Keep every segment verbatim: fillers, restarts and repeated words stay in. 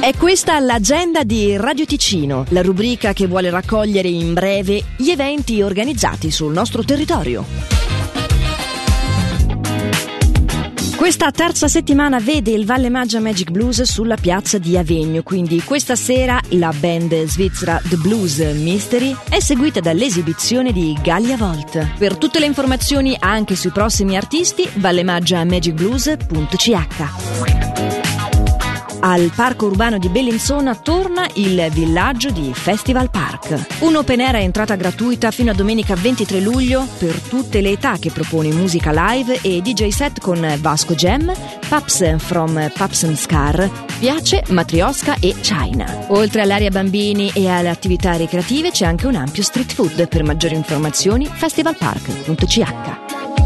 È questa l'agenda di Radio Ticino, la rubrica che vuole raccogliere in breve gli eventi organizzati sul nostro territorio. Questa terza settimana vede il Valle Maggia Magic Blues sulla piazza di Avegno, quindi questa sera la band svizzera The Blues Mystery è seguita dall'esibizione di Gallia Volt. Per tutte le informazioni anche sui prossimi artisti, vallemaggiamagicblues punto c h. Al Parco Urbano di Bellinzona torna il villaggio di Festival Park. Un open air a entrata gratuita fino a domenica ventitré luglio per tutte le età, che propone musica live e D J set con Vasco Jam, Paps from Paps and Scar, Piace, Matrioska e China. Oltre all'area bambini e alle attività ricreative c'è anche un ampio street food. Per maggiori informazioni festivalpark punto c h.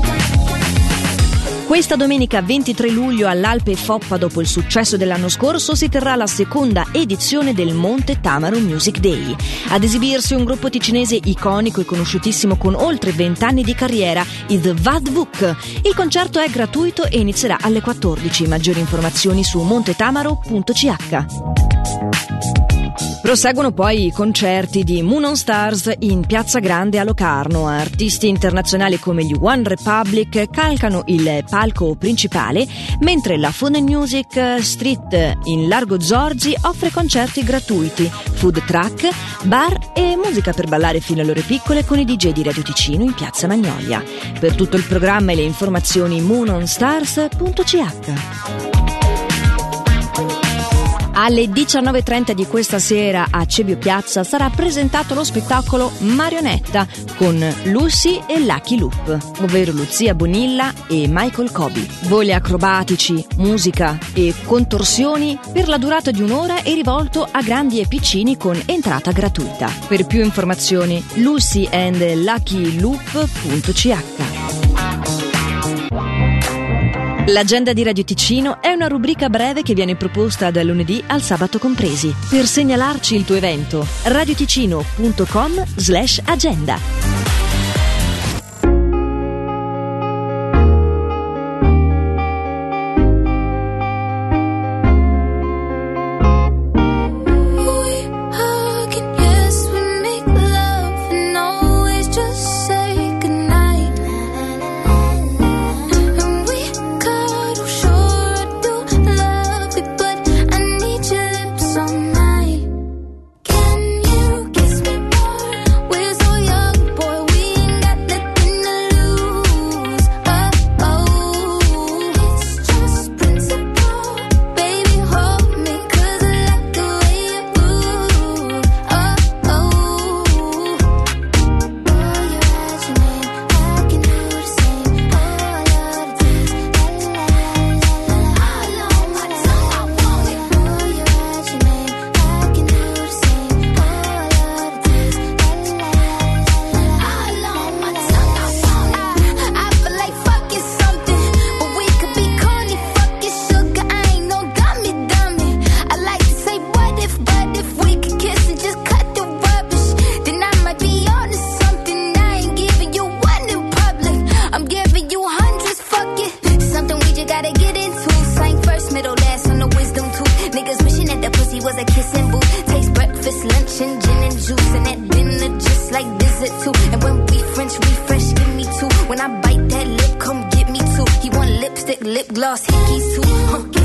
Questa domenica ventitré luglio all'Alpe Foppa, dopo il successo dell'anno scorso, si terrà la seconda edizione del Monte Tamaro Music Day. Ad esibirsi un gruppo ticinese iconico e conosciutissimo con oltre vent'anni di carriera, i The Vadvuk. Il concerto è gratuito e inizierà alle quattordici. Maggiori informazioni su montetamaro punto c h. Proseguono poi i concerti di Moon on Stars in Piazza Grande a Locarno. Artisti internazionali come gli One Republic calcano il palco principale, mentre la Food and Music Street in Largo Zorzi offre concerti gratuiti, food truck, bar e musica per ballare fino alle ore piccole con i D J di Radio Ticino in Piazza Magnolia. Per tutto il programma e le informazioni moon on stars punto c h. Alle diciannove e trenta di questa sera a Cebio Piazza sarà presentato lo spettacolo Marionetta con Lucy e Lucky Loop, ovvero Lucia Bonilla e Michael Kobe. Voli acrobatici, musica e contorsioni per la durata di un'ora e rivolto a grandi e piccini con entrata gratuita. Per più informazioni lucy and lucky loop punto c h. L'agenda di Radio Ticino è una rubrica breve che viene proposta dal lunedì al sabato compresi. Per segnalarci il tuo evento, radioticino punto com slash agenda. When I bite that lip, come get me too. He want lipstick, lip gloss, hickeys too. Huh.